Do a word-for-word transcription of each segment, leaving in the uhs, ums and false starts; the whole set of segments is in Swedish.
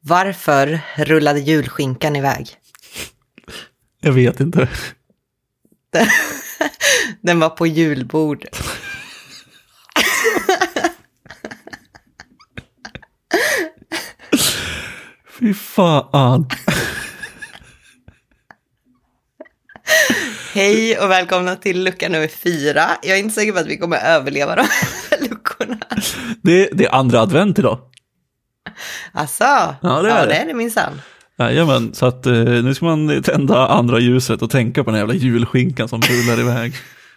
Varför rullade julskinkan iväg? Jag vet inte. Den var på julbord. Fy fan. Hej och välkomna till lucka nummer fyra. Jag är inte säker på att vi kommer överleva de här luckorna. Det, det är andra advent idag. Alltså, ja det är ja, det, det, är det minsann. Jajamän, så att eh, nu ska man tända andra ljuset och tänka på den jävla julskinkan som rullar iväg.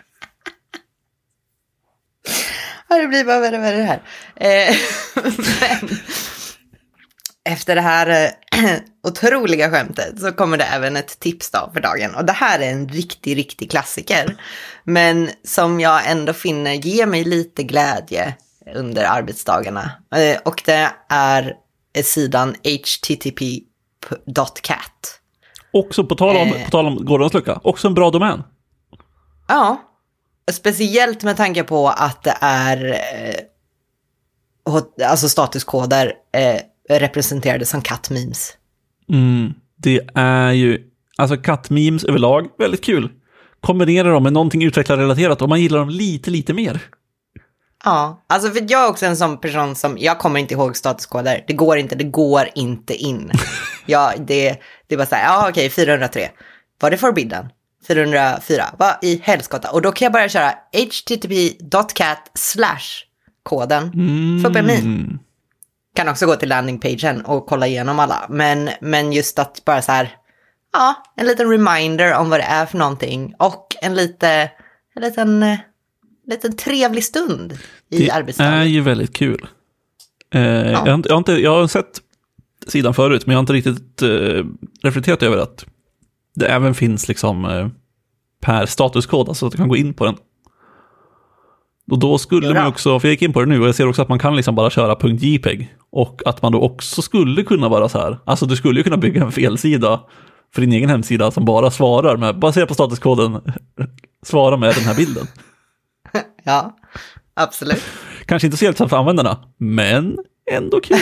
Ja, det blir bara värre värre det här. Eh, men efter det här eh, otroliga skämtet så kommer det även ett tips då för dagen. Och det här är en riktig, riktig klassiker. Men som jag ändå finner ger mig lite glädje under arbetsdagarna. Eh, och det är sidan h t t p dot cat. Också på tal om, eh. på tal om gårdagens lucka, också en bra domän. Ja, speciellt med tanke på att det är eh, alltså statuskoder eh, representerade som kattmemes. Mm, det är ju, alltså kattmemes överlag, väldigt kul. Kombinera dem med någonting utvecklarrelaterat och man gillar dem lite, lite mer. Ja, alltså för jag är också en sån person som, jag kommer inte ihåg statuskoder. Det går inte, det går inte in. Ja, det, det är bara så här, ja okej, fyrahundratre. Var det forbidden? fyrahundrafyra, vad i helskotta? Och då kan jag bara köra h t t p dot cat slash koden mm. för Bermin. Kan också gå till landingpagen och kolla igenom alla. Men, men just att bara så här, ja, en liten reminder om vad det är för någonting. Och en lite, en liten, en liten trevlig stund i arbetsdagen. Det är ju väldigt kul. Eh, ja. jag, har inte, jag, har inte, jag har sett sidan förut, men jag har inte riktigt eh, reflekterat över att det även finns liksom eh, per statuskod, alltså att du kan gå in på den. Och då skulle Jura. man också, för jag gick in på det nu och jag ser också att man kan liksom bara köra .jpeg och att man då också skulle kunna vara så här, alltså du skulle ju kunna bygga en felsida för din egen hemsida som bara svarar med, baserat på statuskoden, svara med den här bilden. Ja, absolut. Kanske inte så hjälpsamt för användarna, men ändå kul.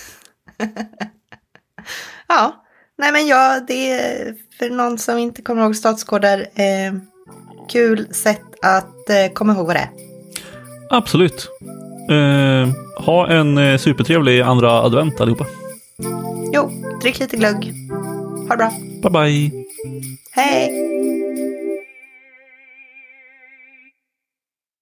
Ja, nej men ja, det är för någon som inte kommer ihåg statuskoder, eh, kul sätt att eh, komma ihåg vad det är. Absolut. Eh, ha en eh, supertrevlig andra advent allihopa. Jo, drick lite glögg. Ha det bra. Bye bye. Hej.